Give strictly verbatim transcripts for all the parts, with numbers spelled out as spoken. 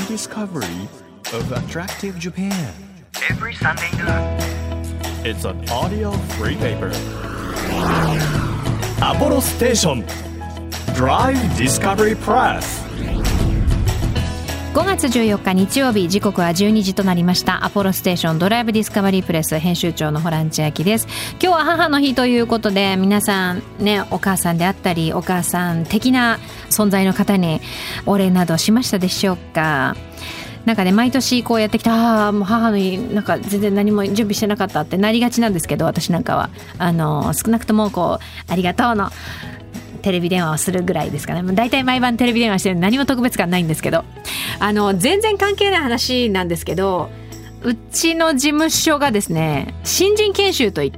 discovery of attractive Japan. Every Sunday noon. It's an audio free paper. Apollo Station Drive Discovery Press。 ごがつじゅうよっか日曜日、時刻はじゅうにじとなりました。アポロステーションドライブディスカバリープレス編集長のホラン千秋です。今日は母の日ということで、皆さんね、お母さんであったりお母さん的な存在の方にお礼などしましたでしょうか。なんかね、毎年こうやってきた、あもう母の日なんか全然何も準備してなかったってなりがちなんですけど、私なんかはあの少なくともこうありがとうのテレビ電話をするぐらいですかね。だいたい毎晩テレビ電話してる、何も特別感ないんですけど、あの全然関係ない話なんですけど、うちの事務所がですね、新人研修といって、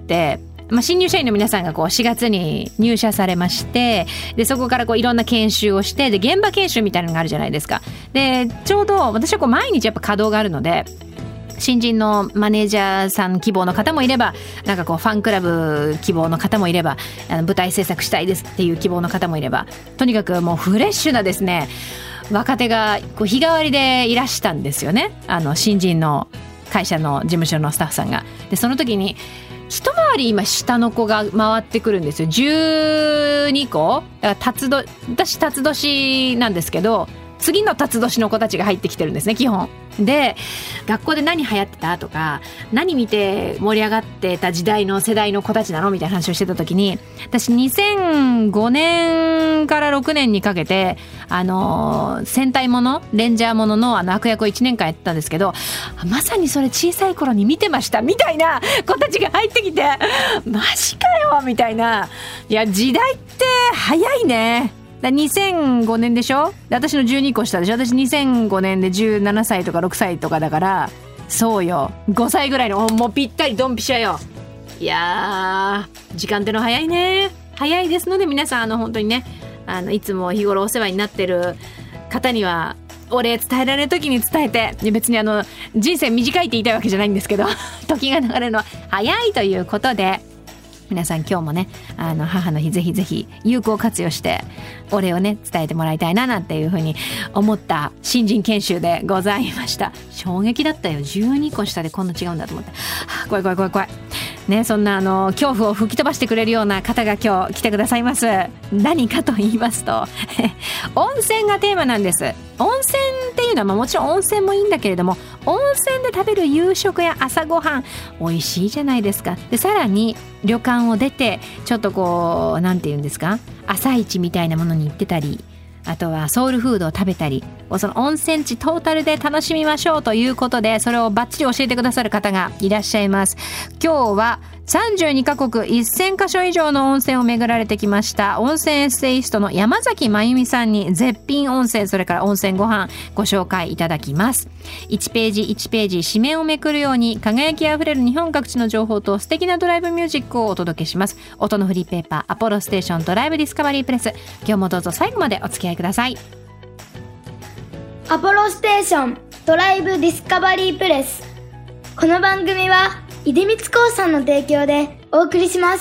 まあ、新入社員の皆さんがこうしがつに入社されまして、でそこからこういろんな研修をして、で現場研修みたいなのがあるじゃないですか。でちょうど私はこう毎日やっぱ稼働があるので、新人のマネージャーさん希望の方もいれば、なんかこうファンクラブ希望の方もいれば、あの舞台制作したいですっていう希望の方もいれば、とにかくもうフレッシュなですね、若手がこう日替わりでいらしたんですよね。あの新人の会社の事務所のスタッフさんが。でその時に一回り今下の子が回ってくるんですよ。じゅうにこだから辰年、私辰年なんですけど、次の辰年の子たちが入ってきてるんですね、基本で。学校で何流行ってたとか、何見て盛り上がってた時代の世代の子たちなのみたいな話をしてた時に、私にせんごねんからろくねんにかけてあの戦隊ものレンジャーもののあの悪役をいちねんかんやってたんですけど、まさにそれ小さい頃に見てましたみたいな子たちが入ってきて、マジかよみたいな。いや時代って早いね。だにせんごねんでしょ。で私のじゅうにこ下でしょ。私にせんごねんでじゅうななさいとかろくさいとかだから、そうよ、ごさいぐらいのもうぴったりドンピシャよ。いやー時間っての早いね。早いですので、皆さんあの本当にね、あのいつも日頃お世話になってる方にはお礼伝えられる時に伝えて、別にあの人生短いって言いたいわけじゃないんですけど時が流れるのは早いということで、皆さん今日もね、あの母の日ぜひぜひ有効活用してお礼をね伝えてもらいたいななんていうふうに思った新人研修でございました。衝撃だったよ。じゅうにこ下でこんな違うんだと思って、はあ、怖い怖い怖い怖いね。そんなあの恐怖を吹き飛ばしてくれるような方が今日来てくださいます。何かと言いますと温泉がテーマなんです。温泉っていうのは、まあ、もちろん温泉もいいんだけれども、温泉で食べる夕食や朝ごはん美味しいじゃないですか。でさらに旅館を出てちょっとこうなんていうんですか、朝市みたいなものに行ってたり、あとはソウルフードを食べたり、その温泉地トータルで楽しみましょうということで、それをバッチリ教えてくださる方がいらっしゃいます。今日はさんじゅうにかこくせんかしょ以上の温泉を巡られてきました温泉エッセイストの山崎真由美さんに絶品温泉、それから温泉ご飯ご紹介いただきます。いちページいちページ紙面をめくるように輝きあふれる日本各地の情報と素敵なドライブミュージックをお届けします。音のフリーペーパーアポロステーションドライブディスカバリープレス、今日もどうぞ最後までお付き合いください。 アポロステーションドライブディスカバリープレス、この番組は出光興産の提供でお送りします。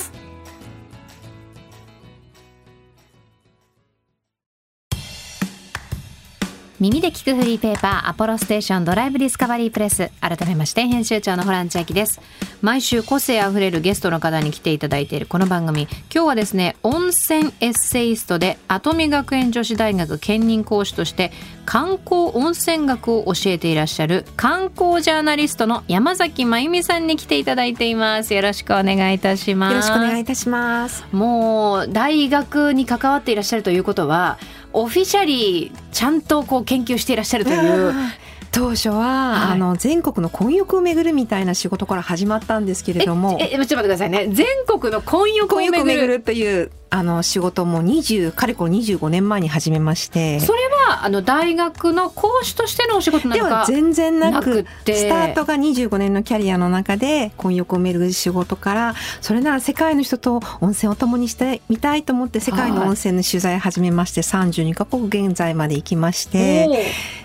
耳で聞くフリーペーパーアポロステーションドライブディスカバリープレス、改めまして編集長のホラン千秋です。毎週個性あふれるゲストの方に来ていただいているこの番組、今日はですね、温泉エッセイストで跡見学園女子大学兼任講師として観光温泉学を教えていらっしゃる観光ジャーナリストの山崎真由美さんに来ていただいています。よろしくお願いいたします。 よろしくお願いいたします。 もう大学に関わっていらっしゃるということは、オフィシャリーちゃんとこう研究していらっしゃるという。 当初は、はい、あの全国の混浴を巡るみたいな仕事から始まったんですけれども、 ええちょっと待ってくださいね。全国の混浴を巡る、 巡るというあの仕事もにじゅうかれこれにじゅうごねんまえに始めまして、 それはあの大学の講師としてのお仕事なのか。 では全然なく、 なくてスタートがにじゅうごねんのキャリアの中で混浴を巡る仕事から、それなら世界の人と温泉を共にしてみたいと思って世界の温泉の取材を始めまして、さんじゅうにかこく現在まで行きまして、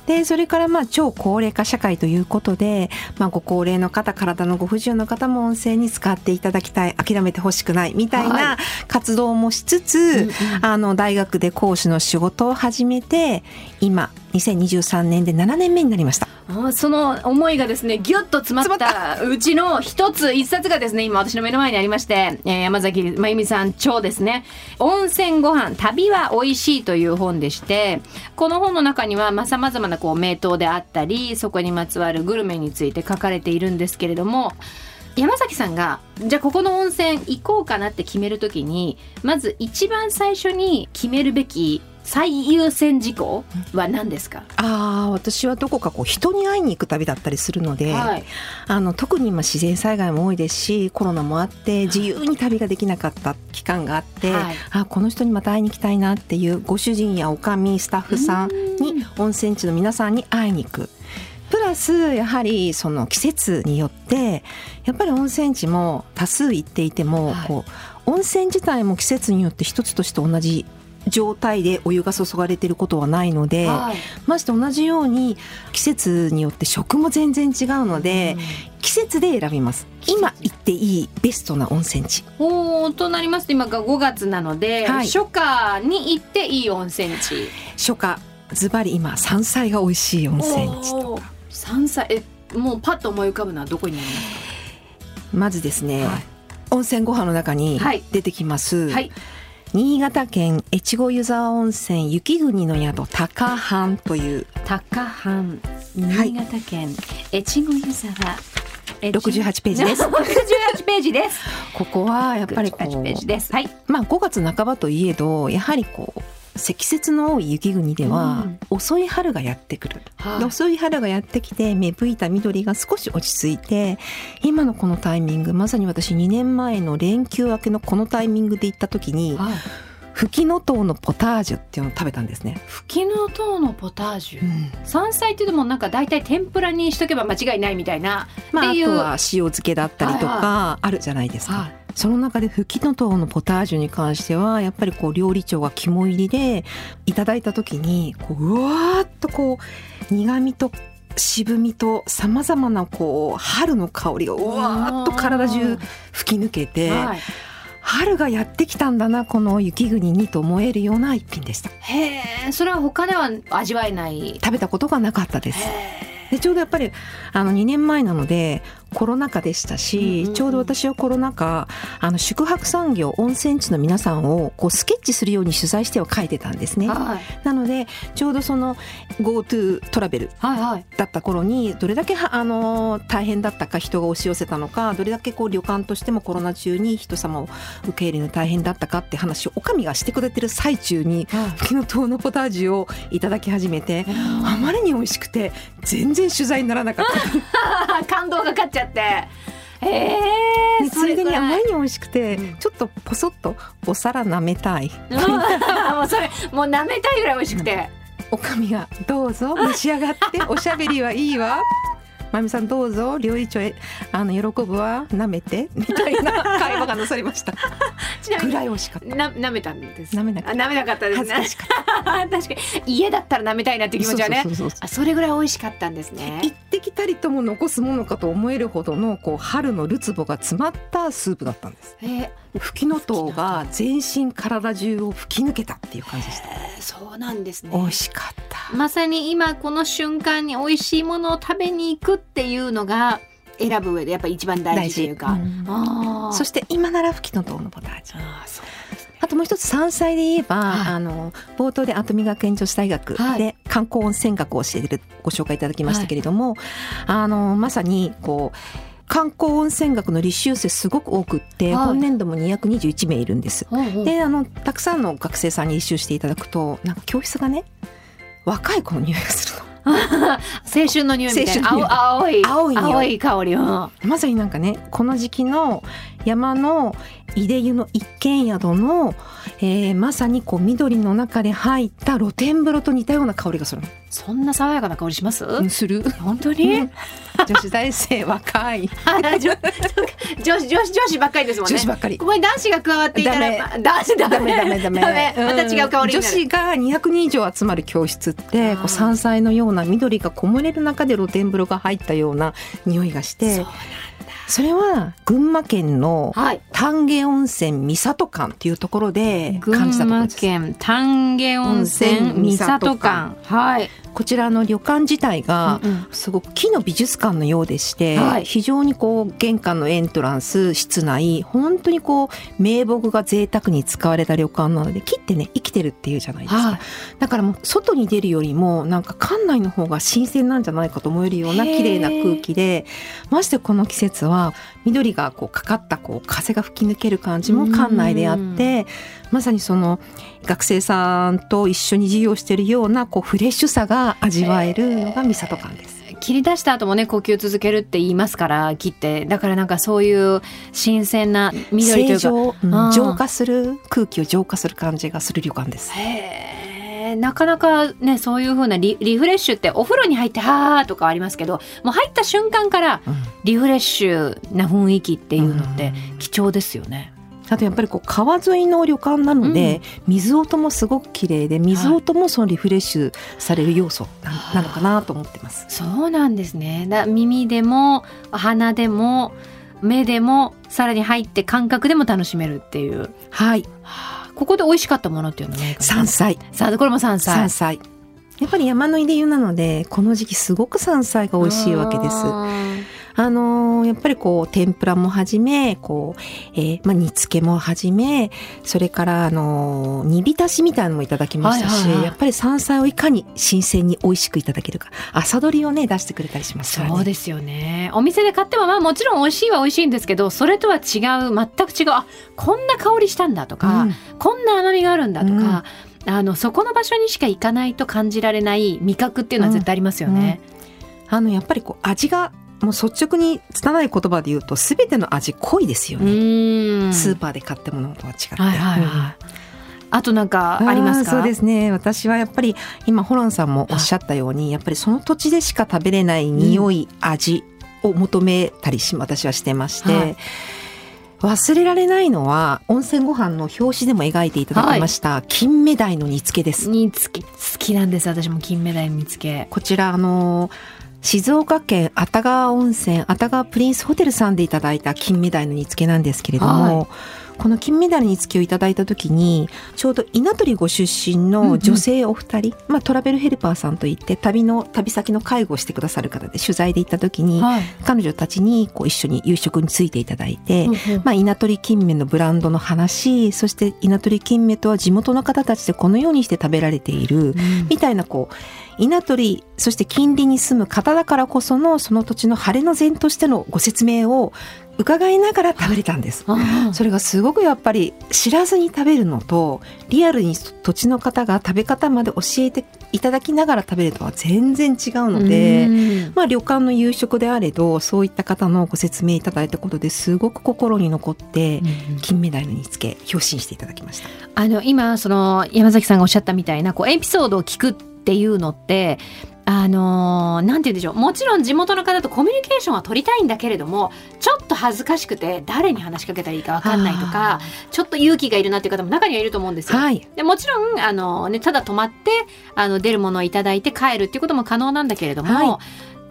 でそれからまあ超高齢化社会ということで、まあ、ご高齢の方、体のご不自由の方も温泉に使っていただきたい、諦めてほしくないみたいな活動もしつつ、はいうんうん、あの大学で講師の仕事を始めて今にせんにじゅうさんねんでななねんめになりました。 その思いがですねギュッと詰まったうちの一つ一冊がですね今私の目の前にありまして、えー、山崎真由美さん著ですね、温泉ご飯旅は美味しいという本でして、この本の中にはさまざまなこう名湯であったりそこにまつわるグルメについて書かれているんですけれども、山崎さんがじゃあここの温泉行こうかなって決めるときにまず一番最初に決めるべき最優先事項は何ですか？ あ私はどこかこう人に会いに行く旅だったりするので、はい、あの特に今自然災害も多いですしコロナもあって自由に旅ができなかった期間があって、はい、あこの人にまた会いに行きたいなっていうご主人やおかみスタッフさんに温泉地の皆さんに会いに行く。プラスやはりその季節によってやっぱり温泉地も多数行っていても、はい、こう温泉自体も季節によって一つとして同じ状態でお湯が注がれていることはないので、はい、まして同じように季節によって食も全然違うので、うん、季節で選びます。今行っていいベストな温泉地おーとなりますと今がごがつなので、はい、初夏に行っていい温泉地初夏ズバリ今山菜が美味しい温泉地とか山菜えもうパッと思い浮かぶのはどこになりますか？ まずですね、はい、温泉ご飯の中に出てきます、はいはい新潟県越後湯沢温泉雪国の宿高藩という高藩新潟県越後湯沢、はい、 ろくじゅうはちページですろくじゅうはちページですここはやっぱりこうろくじゅうはちページです、はい、まあごがつなかばといえどやはりこう積雪の多い雪国では、うん、遅い春がやってくる、はい、遅い春がやってきて芽吹いた緑が少し落ち着いて今のこのタイミングまさに私にねんまえの連休明けのこのタイミングで行った時に、はい、フキノトウのポタージュっていうのを食べたんですね。 フキノトウのポタージュ、うん、山菜っていうのもなんか大体天ぷらにしとけば間違いないみたいな、 まあ、 っていうあとは塩漬けだったりとかあるじゃないですか、はいはいその中でフキノトウのポタージュに関してはやっぱりこう料理長が肝入りでいただいた時にこううわーっとこう苦味と渋みとさまざまなこう春の香りがうわーっと体中吹き抜けて、はい、春がやってきたんだなこの雪国にと思えるような一品でした。 へーそれは他では味わえない食べたことがなかったです。でちょうどやっぱりあのにねんまえなのでコロナ禍でしたし、うん、ちょうど私はコロナ禍あの宿泊産業温泉地の皆さんをこうスケッチするように取材しては書いてたんですね、はい、なのでちょうどその GoTo トラベルだった頃にどれだけあの大変だったか人が押し寄せたのかどれだけこう旅館としてもコロナ中に人様を受け入れるの大変だったかって話をおかみがしてくれてる最中にフキノトウのポタージュをいただき始めて、あまりに美味しくて全然取材にならなかった感動が勝っちゃってへーついでにあまりに美味しくて、うん、ちょっとポソッとお皿舐めたいもうそれもう舐めたいぐらい美味しくて、 うん、おかみがどうぞ召し上がっておしゃべりはいいわまゆみさんどうぞ料理長へあの喜ぶわ舐めてみたいな会話がなさりましたぐらい美味しかったな舐めたんです舐めなかった舐めなかったですね恥ずかしかった確かに家だったら舐めたいなっていう気持ちはねそうそうそうそうあそれぐらい美味しかったんですね。 一滴たりとも残すものかと思えるほどのこう春のるつぼが詰まったスープだったんです。フキノトウが全身体中を吹き抜けたっていう感じでした。 そうなんですね。 美味しかった。 まさに今この瞬間に美味しいものを食べに行くっていうのが選ぶ上でやっぱり一番大事というか、うん、あそして今ならフキノトウのポタージュあそうですね。 あともう一つ山菜で言えば、はい、あの冒頭で跡見学園女子大学で観光温泉学を教えてるご紹介いただきましたけれども、はい、あのまさにこう観光温泉学の履修生すごく多くって、はい、本年度もにひゃくにじゅういちめいいるんです、はい、であのたくさんの学生さんに履修していただくとなんか教室がね若い子の匂いがするの青春の匂いみたいな青い青い青い香り、うん、 まさになんかねこの時期の山のいで湯の一軒宿の、えー、まさにこう緑の中で入った露天風呂と似たような香りがするの。 そんな爽やかな香りします？ うん、する。 本当に、 うん、女子大生若い女子女子女子ばっかりですもんね。 女子ばっかり。 ここに男子が加わっていたらダメ男子ダメダメダメダメ、 また違う香りになる。 女子がにひゃくにん以上集まる教室ってこう山菜のような緑がこもれる中で露天風呂が入ったような匂いがして、 そうそれは群馬県の丹下温泉三郷館っていうところで感じたところです。 群馬県丹下温泉三郷館、はい、 こちらの旅館自体がすごく木の美術館のようでして、はい、非常にこう玄関のエントランス、室内、本当にこう名木が贅沢に使われた旅館なので、木ってね生きてるっていうじゃないですか、はい、だからもう外に出るよりもなんか館内の方が新鮮なんじゃないかと思えるような綺麗な空気で、ましてこの季節は緑がこうかかったこう風が吹き抜ける感じも館内であって、まさにその学生さんと一緒に授業しているようなこうフレッシュさが味わえるのが三郷館です。 切り出した後もね呼吸続けるって言いますから、木ってだからなんかそういう新鮮な緑というか、 清浄、うん、浄化する、空気を浄化する感じがする旅館です。 へー、なかなかねそういう風な リ, リフレッシュってお風呂に入ってはーとかありますけど、もう入った瞬間からリフレッシュな雰囲気っていうのって貴重ですよね。 あとやっぱりこう川沿いの旅館なので、うん、水音もすごく綺麗で、水音もそのリフレッシュされる要素 な,、はい、なのかなと思ってます。 そうなんですね。だ耳でも鼻でも目でもさらに入って感覚でも楽しめるっていう。 はい。 ここで美味しかったものっていうのは何か。 山菜。 さあこれも山菜。 山菜。やっぱり山のいで湯なのでこの時期すごく山菜が美味しいわけです。あのー、やっぱりこう天ぷらもはじめこう、えーまあ、煮付けもはじめ、それからあのー、煮浸しみたいなのもいただきましたし、はいはいはい、やっぱり山菜をいかに新鮮に美味しくいただけるか、朝取りをね出してくれたりしますからね。 そうですよね。お店で買ってもまあもちろん美味しいは美味しいんですけど、それとは違う、全く違う、あこんな香りしたんだとか、うん、こんな甘みがあるんだとか、うん、あのそこの場所にしか行かないと感じられない味覚っていうのは絶対ありますよね、 うんうん、あのやっぱりこう味がもう率直に拙い言葉で言うと全ての味濃いですよね。うんスーパーで買ったものとは違って、はいはいはい、うん、 あとなんかありますか？ そうですね、私はやっぱり今ホランさんもおっしゃったように、やっぱりその土地でしか食べれない匂い、うん、味を求めたりし私はしてまして、はい、忘れられないのは温泉ご飯の表紙でも描いていただきました、はい、金目鯛の煮付けです。 煮付け好きなんです。私も金目鯛の煮付け。 こちらあの静岡県熱川温泉熱川プリンスホテルさんでいただいた金目鯛の煮付けなんですけれども、はい、この金目鯛の煮付けをいただいた時にちょうど稲取ご出身の女性お二人、うんうん、まあ、トラベルヘルパーさんといって旅の旅先の介護をしてくださる方で取材で行った時に、はい、彼女たちにこう一緒に夕食についていただいて、うんうん、まあ、稲取金目のブランドの話、そして稲取金目とは地元の方たちでこのようにして食べられている、うん、みたいなこう稲取そして近隣に住む方だからこそのその土地の晴れの膳としてのご説明を伺いながら食べれたんです。それがすごくやっぱり知らずに食べるのとリアルに土地の方が食べ方まで教えていただきながら食べるとは全然違うので、まあ、旅館の夕食であれどそういった方のご説明いただいたことですごく心に残って金目鯛の煮付け表紙にしていただきました。 あの今その山崎さんがおっしゃったみたいなこうエピソードを聞くっていうのってあのー、なんて言うんでしょう、もちろん地元の方とコミュニケーションは取りたいんだけれどもちょっと恥ずかしくて誰に話しかけたらいいか分かんないとかちょっと勇気がいるなっていう方も中にはいると思うんですよ、はい、でもちろん、あのーね、ただ泊まってあの出るものをいただいて帰るっていうことも可能なんだけれども、はい、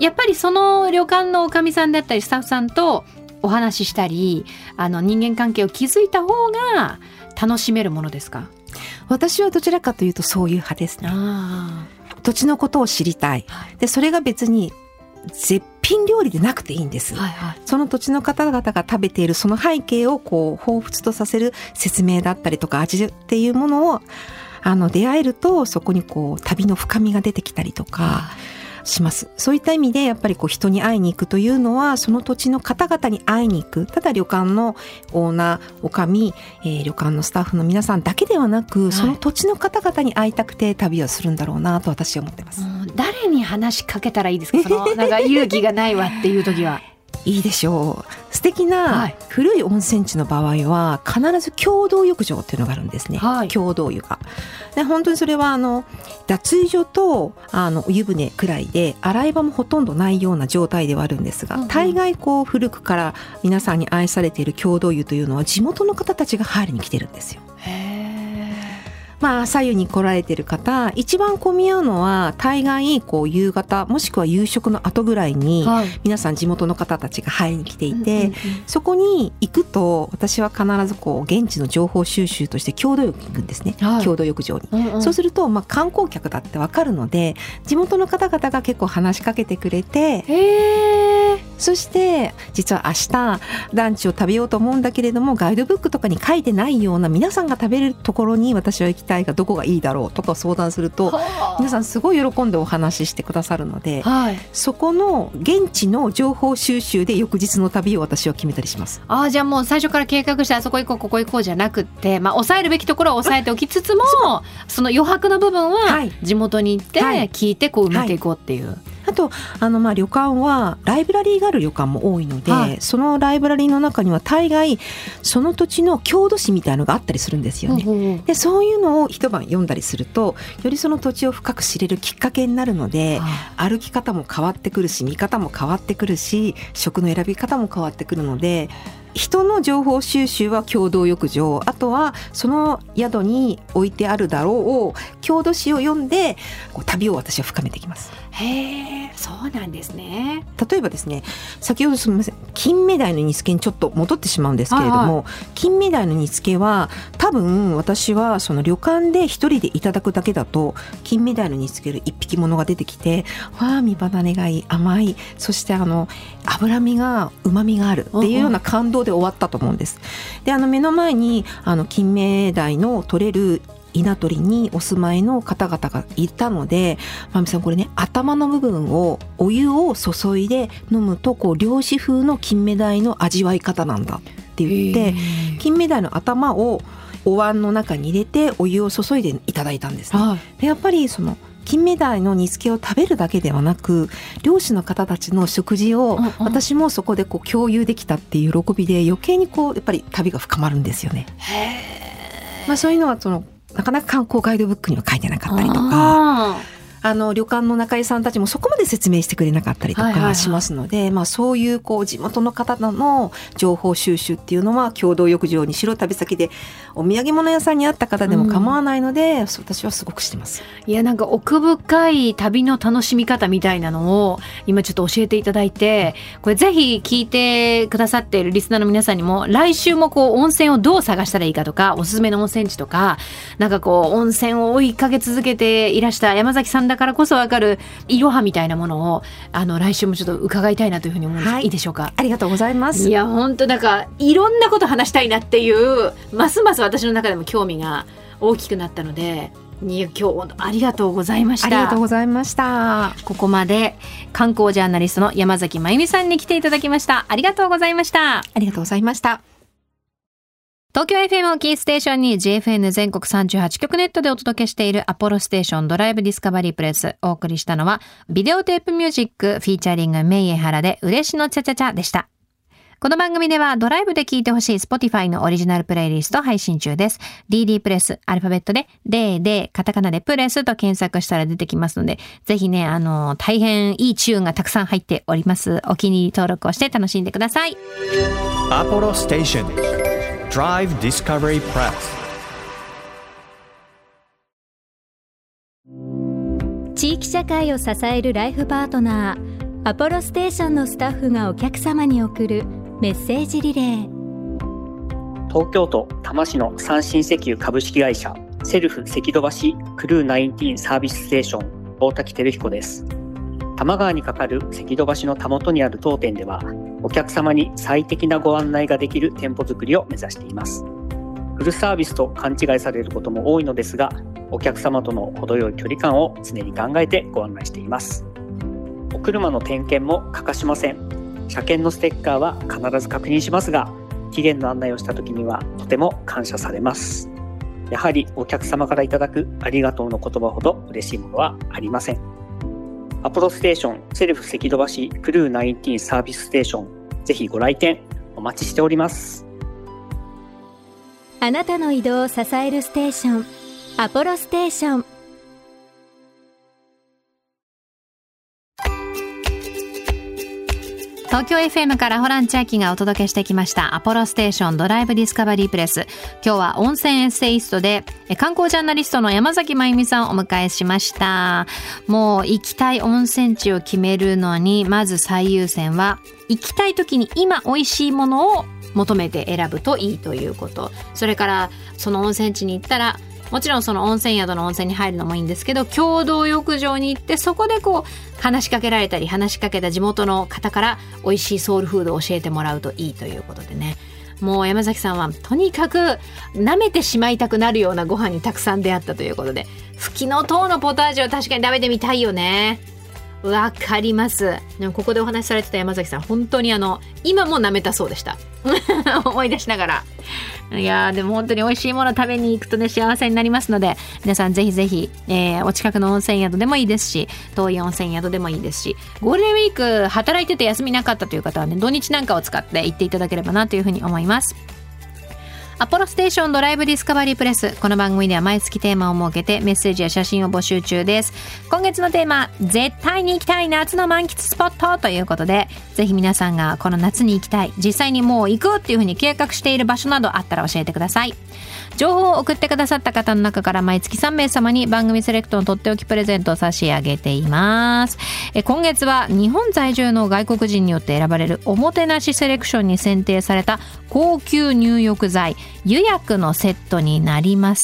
やっぱりその旅館のおかみさんであったりスタッフさんとお話ししたりあの人間関係を築いた方が楽しめるものですか？ 私はどちらかというとそういう派ですね。あ土地のことを知りたい、はい、でそれが別に絶品料理でなくていいんです、はいはい、その土地の方々が食べているその背景をこう彷彿とさせる説明だったりとか味っていうものをあの出会えるとそこにこう旅の深みが出てきたりとか、はいします。そういった意味でやっぱりこう人に会いに行くというのはその土地の方々に会いに行く、ただ旅館のオーナー、おかみ、えー、旅館のスタッフの皆さんだけではなく、はい、その土地の方々に会いたくて旅をするんだろうなと私は思ってます。 誰に話しかけたらいいですか？そのなんか勇気がないわっていう時はいいでしょう。素敵な古い温泉地の場合は必ず共同浴場っていうのがあるんですね、はい、共同湯が。で本当にそれはあの脱衣所とあの湯船くらいで洗い場もほとんどないような状態ではあるんですが、うんうん、大概こう古くから皆さんに愛されている共同湯というのは地元の方たちが入りに来てるんですよ。へー、まあ、左右に来られてる方、一番混み合うのは大概こう夕方もしくは夕食の後ぐらいに皆さん地元の方たちが入りに来ていて、はい、そこに行くと私は必ずこう現地の情報収集として共同浴に行くんですね、はい、共同浴場に、うんうん、そうするとまあ観光客だって分かるので地元の方々が結構話しかけてくれて、へー、そして実は明日ランチを食べようと思うんだけれどもガイドブックとかに書いてないような皆さんが食べれるところに私は行きたいがどこがいいだろうとか相談すると皆さんすごい喜んでお話ししてくださるので、はい、そこの現地の情報収集で翌日の旅を私は決めたりします。あ、 じゃあもう最初から計画してあそこ行こうここ行こうじゃなくって、まあ、抑えるべきところは抑えておきつつもその余白の部分は地元に行って聞いてこう埋めていこうっていう、はいはい、 あとあのまあ旅館はライブラリーがある旅館も多いので、はい、そのライブラリーの中には大概その土地の郷土史みたいなのがあったりするんですよね、うんうん、でそういうのを一晩読んだりするとよりその土地を深く知れるきっかけになるので、はい、歩き方も変わってくるし見方も変わってくるし食の選び方も変わってくるので人の情報収集は共同浴場、あとはその宿に置いてあるだろう郷土史を読んでこう旅を私は深めていきます。 へー、そうなんですね。 例えばですね、先ほどすみません金目鯛の煮付けにちょっと戻ってしまうんですけれども、はいはい、金目鯛の煮付けは多分私はその旅館で一人でいただくだけだと金目鯛の煮付ける一匹物が出てきてわあ見離れがいい甘いそしてあの脂身が旨味があるっていうような感動で終わったと思うんです。であの目の前にあの金目鯛の取れる稲取にお住まいの方々がいたので、まみさんこれね頭の部分をお湯を注いで飲むとこう漁師風の金目鯛の味わい方なんだって言って金目鯛の頭をお椀の中に入れてお湯を注いでいただいたんですね、はい、でやっぱりその金目鯛の煮付けを食べるだけではなく漁師の方たちの食事を私もそこでこう共有できたっていう喜びで余計にこうやっぱり旅が深まるんですよね。へー、まあ、そういうのはそのなかなか観光ガイドブックには書いてなかったりとかあの旅館の仲居さんたちもそこまで説明してくれなかったりとかしますので、はいはいはい、まあ、そういうこう地元の方の情報収集っていうのは共同浴場にしろ旅先でお土産物屋さんにあった方でも構わないので、うん、私はすごくしてます。 いやなんか奥深い旅の楽しみ方みたいなのを今ちょっと教えていただいてこれぜひ聞いてくださっているリスナーの皆さんにも来週もこう温泉をどう探したらいいかとかおすすめの温泉地とかなんかこう温泉を追いかけ続けていらした山崎さんだからこそ分かるいろはみたいなものをあの来週もちょっと伺いたいなというふうに思うんです、はい、いいでしょうか。 ありがとうございます。 いや本当なんかいろんなこと話したいなっていうますます私の中でも興味が大きくなったので今日ありがとうございました。 ありがとうございました。 ここまで観光ジャーナリストの山崎真由美さんに来ていただきました。ありがとうございました。 ありがとうございました。 東京 エフエム をキーステーションに ジーエフエヌ 全国さんじゅうはちきょくネットでお届けしているアポロステーションドライブディスカバリープレス。お送りしたのはビデオテープミュージックフィーチャリングメイエハラで嬉しのチャチャチャでした。この番組ではドライブで聴いてほしい Spotify のオリジナルプレイリスト配信中です。ディーディー プレス、アルファベットで デー デー カタカナでプレスと検索したら出てきますので、ぜひね、あの、大変いいチューンがたくさん入っております。お気に入り登録をして楽しんでください。 アポロステーション Drive Discovery Press。 地域社会を支えるライフパートナーアポロステーションのスタッフがお客様に送るメッセージリレー。 東京都多摩市の三新石油株式会社セルフ関戸橋クルーじゅうきゅうサービスステーション大滝照彦です。多摩川に架かる関戸橋のたもとにある当店ではお客様に最適なご案内ができる店舗作りを目指しています。フルサービスと勘違いされることも多いのですが、お客様との程よい距離感を常に考えてご案内しています。お車の点検も欠かしません。車検のステッカーは必ず確認しますが、期限の案内をした時にはとても感謝されます。やはりお客様からいただくありがとうの言葉ほど嬉しいものはありません。アポロステーションセルフ関戸橋クルーじゅうきゅうサービスステーションぜひご来店お待ちしております。 あなたの移動を支えるステーション、アポロステーション。 東京 エフエム からホラン千秋がお届けしてきましたアポロステーションドライブディスカバリープレス。今日は温泉エッセイストで観光ジャーナリストの山崎真由美さんをお迎えしました。もう行きたい温泉地を決めるのにまず最優先は行きたい時に今美味しいものを求めて選ぶといいということ。それからその温泉地に行ったらもちろんその温泉宿の温泉に入るのもいいんですけど、共同浴場に行ってそこでこう話しかけられたり話しかけた地元の方から美味しいソウルフードを教えてもらうといいということでね。もう山崎さんはとにかく舐めてしまいたくなるようなご飯にたくさん出会ったということで、フキノトウのポタージュを確かに食べてみたいよね。わかります。でもここでお話しされてた山崎さん本当にあの今も舐めたそうでした思い出しながら。いやーでも本当に美味しいもの食べに行くとね幸せになりますので、皆さんぜひぜひ、えー、お近くの温泉宿でもいいですし遠い温泉宿でもいいですし、ゴールデンウィーク働いてて休みなかったという方はね土日なんかを使って行っていただければなというふうに思います。アポロステーションドライブディスカバリープレス。この番組では毎月テーマを設けてメッセージや写真を募集中です。今月のテーマ、絶対に行きたい夏の満喫スポットということで、ぜひ皆さんがこの夏に行きたい、実際にもう行くっていうふうに計画している場所などあったら教えてください。情報を送ってくださった方の中から毎月さんめい様に番組セレクトのとっておきプレゼントを差し上げています。え今月は日本在住の外国人によって選ばれるおもてなしセレクションに選定された高級入浴剤湯薬のセットになります。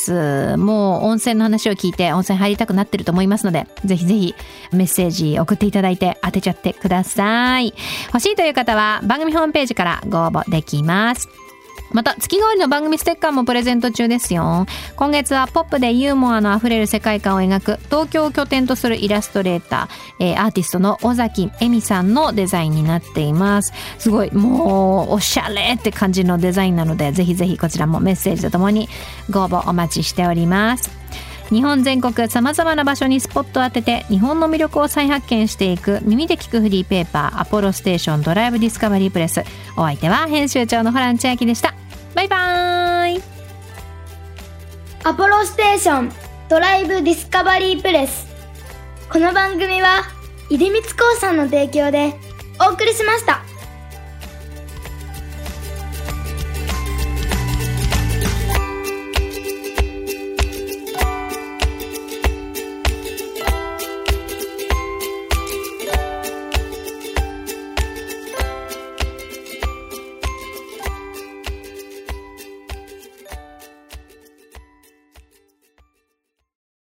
もう温泉の話を聞いて温泉入りたくなってると思いますので、ぜひぜひメッセージ送っていただいて当てちゃってください。欲しいという方は番組ホームページからご応募できます。また月替わりの番組ステッカーもプレゼント中ですよ。今月はポップでユーモアのあふれる世界観を描く東京を拠点とするイラストレーター、えー、アーティストの尾崎恵美さんのデザインになっています。すごいもうおしゃれって感じのデザインなので、ぜひぜひこちらもメッセージとともにご応募お待ちしております。日本全国さまざまな場所にスポットを当てて日本の魅力を再発見していく耳で聞くフリーペーパーアポロステーションドライブディスカバリープレス。お相手は編集長のホラン千秋でした。バイバーイ。 アポロステーションドライブディスカバリープレス。この番組は出光興産の提供でお送りしました。